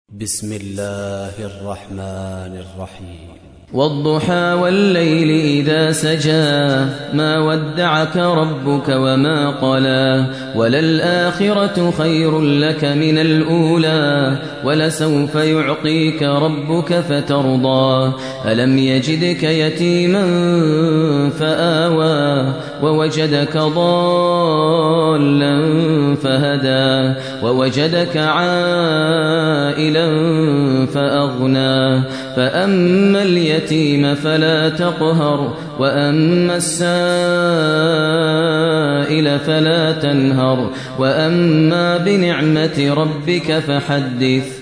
بسم الله الرحمن الرحيم والضحى والليل إذا سجى ما ودعك ربك وما قلى وللآخرة خير لك من الأولى ولسوف يعطيك ربك فترضى ألم يجدك يتيما فآوى ووجدك ضالا فهدى ووجدك عائلا فأغنى فأما اليتيم فلا تقهر وأما السائل فلا تنهر وأما بنعمة ربك فحدث